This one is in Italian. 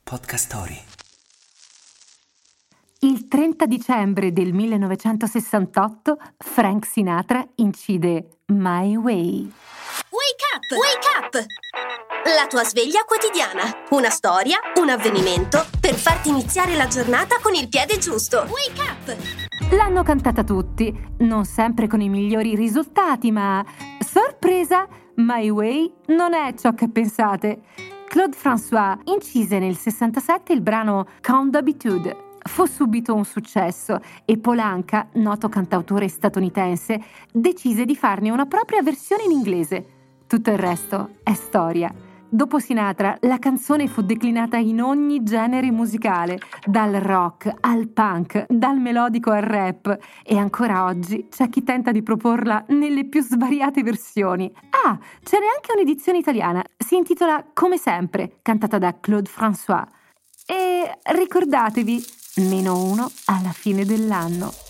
Podcast Story. Il 30 dicembre del 1968 Frank Sinatra incide My Way. Wake up! Wake up! La tua sveglia quotidiana. Una storia, un avvenimento per farti iniziare la giornata con il piede giusto. Wake up! L'hanno cantata tutti, non sempre con i migliori risultati, ma sorpresa, My Way non è ciò che pensate. Claude François incise nel 67 il brano Comme d'habitude. Fu subito un successo e Polanca, noto cantautore statunitense, decise di farne una propria versione in inglese. Tutto il resto è storia. Dopo Sinatra, la canzone fu declinata in ogni genere musicale, dal rock al punk, dal melodico al rap, e ancora oggi c'è chi tenta di proporla nelle più svariate versioni. Ah, c'è neanche un'edizione italiana, si intitola Come sempre, cantata da Claude François. E ricordatevi, -1 alla fine dell'anno.